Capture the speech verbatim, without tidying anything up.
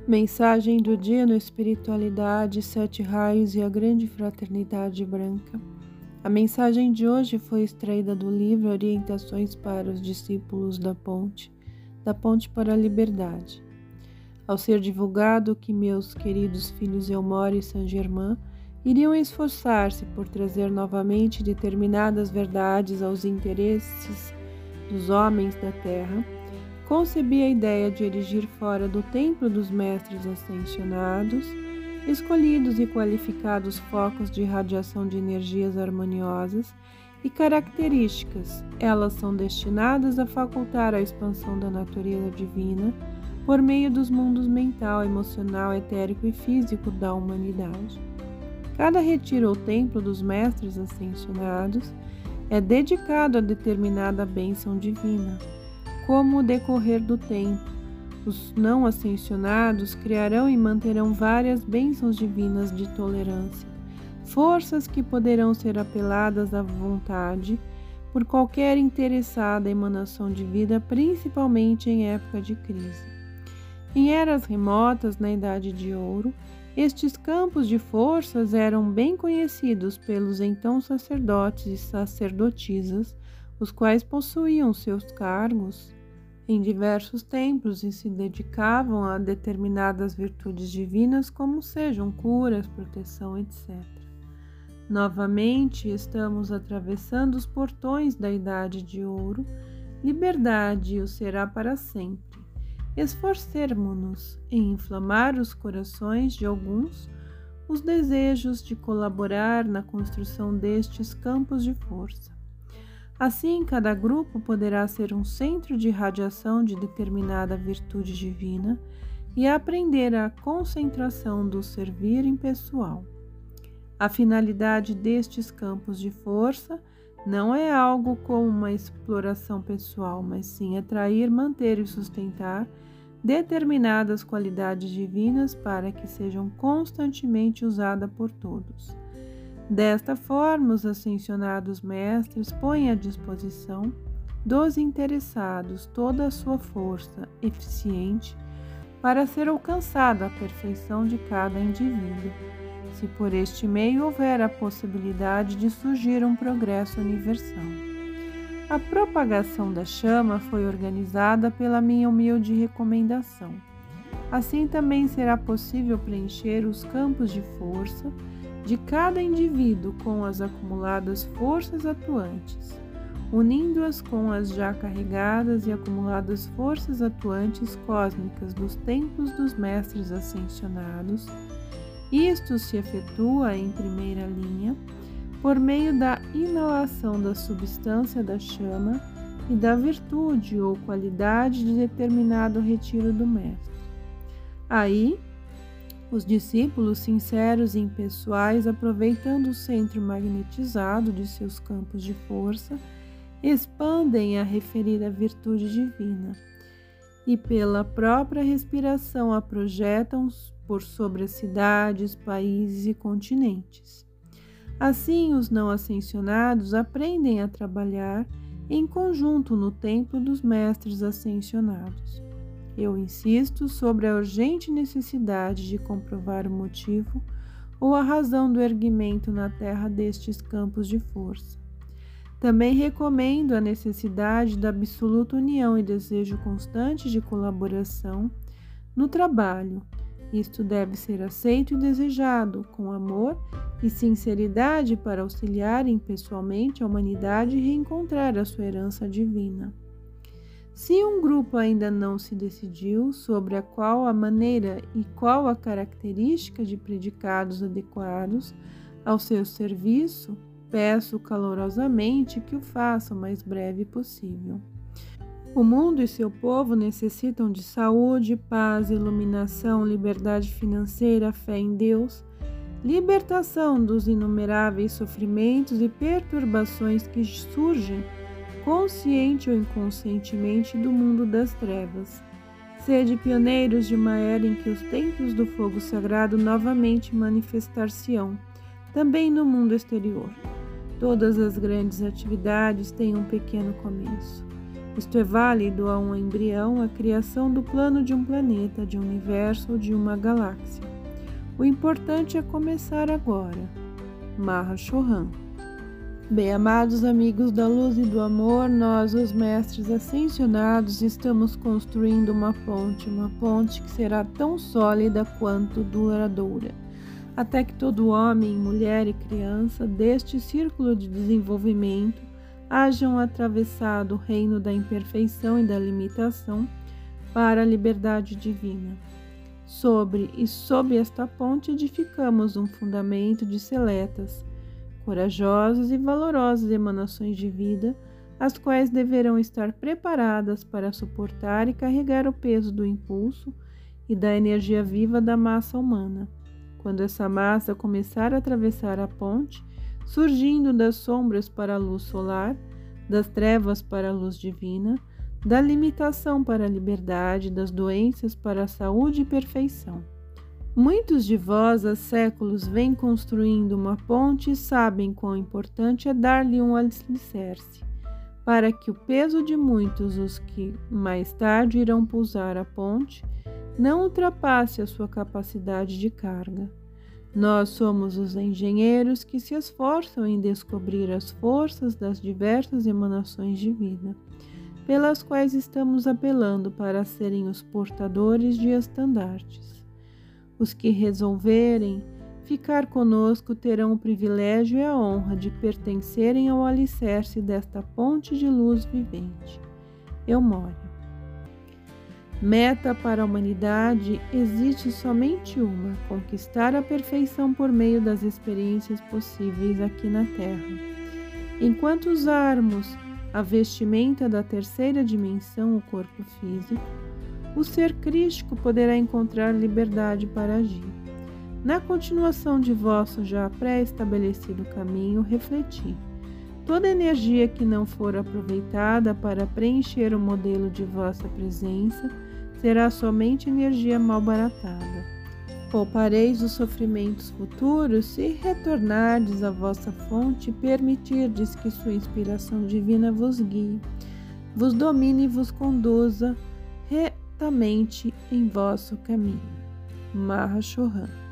Mensagem do dia no Espiritualidade, Sete Raios e a Grande Fraternidade Branca. A mensagem de hoje foi extraída do livro Orientações para os Discípulos da Ponte, da Ponte para a Liberdade. Ao ser divulgado que meus queridos filhos Elmore e Saint-Germain iriam esforçar-se por trazer novamente determinadas verdades aos interesses dos homens da Terra, concebi a ideia de erigir fora do templo dos mestres ascensionados, escolhidos e qualificados focos de radiação de energias harmoniosas e características. Elas são destinadas a facultar a expansão da natureza divina por meio dos mundos mental, emocional, etérico e físico da humanidade. Cada retiro ou templo dos mestres ascensionados é dedicado a determinada bênção divina. Como o decorrer do tempo, os não ascensionados criarão e manterão várias bênçãos divinas de tolerância, forças que poderão ser apeladas à vontade por qualquer interessada emanação de vida, principalmente em época de crise. Em eras remotas, na Idade de Ouro, estes campos de forças eram bem conhecidos pelos então sacerdotes e sacerdotisas, os quais possuíam seus cargos em diversos templos e se dedicavam a determinadas virtudes divinas, como sejam curas, proteção, etcétera. Novamente, estamos atravessando os portões da Idade de Ouro. Liberdade o será para sempre. Esforcemo-nos em inflamar os corações de alguns os desejos de colaborar na construção destes campos de força. Assim, cada grupo poderá ser um centro de radiação de determinada virtude divina e aprender a concentração do servir impessoal. A finalidade destes campos de força não é algo como uma exploração pessoal, mas sim atrair, manter e sustentar determinadas qualidades divinas para que sejam constantemente usadas por todos. Desta forma, os ascensionados mestres põem à disposição dos interessados toda a sua força eficiente para ser alcançada a perfeição de cada indivíduo, se por este meio houver a possibilidade de surgir um progresso universal. A propagação da chama foi organizada pela minha humilde recomendação. Assim também será possível preencher os campos de força de cada indivíduo com as acumuladas forças atuantes, unindo-as com as já carregadas e acumuladas forças atuantes cósmicas dos templos dos mestres ascensionados. Isto se efetua em primeira linha por meio da inalação da substância da chama e da virtude ou qualidade de determinado retiro do mestre. Aí, os discípulos sinceros e impessoais, aproveitando o centro magnetizado de seus campos de força, expandem a referida virtude divina e pela própria respiração a projetam por sobre as cidades, países e continentes. Assim, os não ascensionados aprendem a trabalhar em conjunto no templo dos mestres ascensionados. Eu insisto sobre a urgente necessidade de comprovar o motivo ou a razão do erguimento na Terra destes campos de força. Também recomendo a necessidade da absoluta união e desejo constante de colaboração no trabalho. Isto deve ser aceito e desejado com amor e sinceridade para auxiliar impessoalmente a humanidade e reencontrar a sua herança divina. Se um grupo ainda não se decidiu sobre a qual a maneira e qual a característica de predicados adequados ao seu serviço, peço calorosamente que o faça o mais breve possível. O mundo e seu povo necessitam de saúde, paz, iluminação, liberdade financeira, fé em Deus, libertação dos inumeráveis sofrimentos e perturbações que surgem consciente ou inconscientemente do mundo das trevas. Sede pioneiros de uma era em que os templos do fogo sagrado novamente manifestar-se-ão, também no mundo exterior. Todas as grandes atividades têm um pequeno começo. Isto é válido a um embrião, a criação do plano de um planeta, de um universo ou de uma galáxia. O importante é começar agora. Mahashohan. Bem, amados amigos da luz e do amor, nós, os mestres ascensionados, estamos construindo uma ponte, uma ponte que será tão sólida quanto duradoura, até que todo homem, mulher e criança deste círculo de desenvolvimento hajam atravessado o reino da imperfeição e da limitação para a liberdade divina. Sobre e sob esta ponte edificamos um fundamento de seletas, corajosas e valorosas emanações de vida, as quais deverão estar preparadas para suportar e carregar o peso do impulso e da energia viva da massa humana. Quando essa massa começar a atravessar a ponte, surgindo das sombras para a luz solar, das trevas para a luz divina, da limitação para a liberdade, das doenças para a saúde e perfeição. Muitos de vós há séculos vêm construindo uma ponte e sabem quão importante é dar-lhe um alicerce, para que o peso de muitos, os que mais tarde irão pousar a ponte, não ultrapasse a sua capacidade de carga. Nós somos os engenheiros que se esforçam em descobrir as forças das diversas emanações de vida, pelas quais estamos apelando para serem os portadores de estandartes. Os que resolverem ficar conosco terão o privilégio e a honra de pertencerem ao alicerce desta ponte de luz vivente. Eumória. Meta para a humanidade existe somente uma: conquistar a perfeição por meio das experiências possíveis aqui na Terra. Enquanto usarmos a vestimenta da terceira dimensão, o corpo físico, o ser crístico poderá encontrar liberdade para agir. Na continuação de vosso já pré-estabelecido caminho, refleti. Toda energia que não for aproveitada para preencher o modelo de vossa presença será somente energia mal baratada. Poupareis os sofrimentos futuros se retornardes à vossa fonte e permitirdes que sua inspiração divina vos guie, vos domine e vos conduza retamente em vosso caminho. Mahashohan.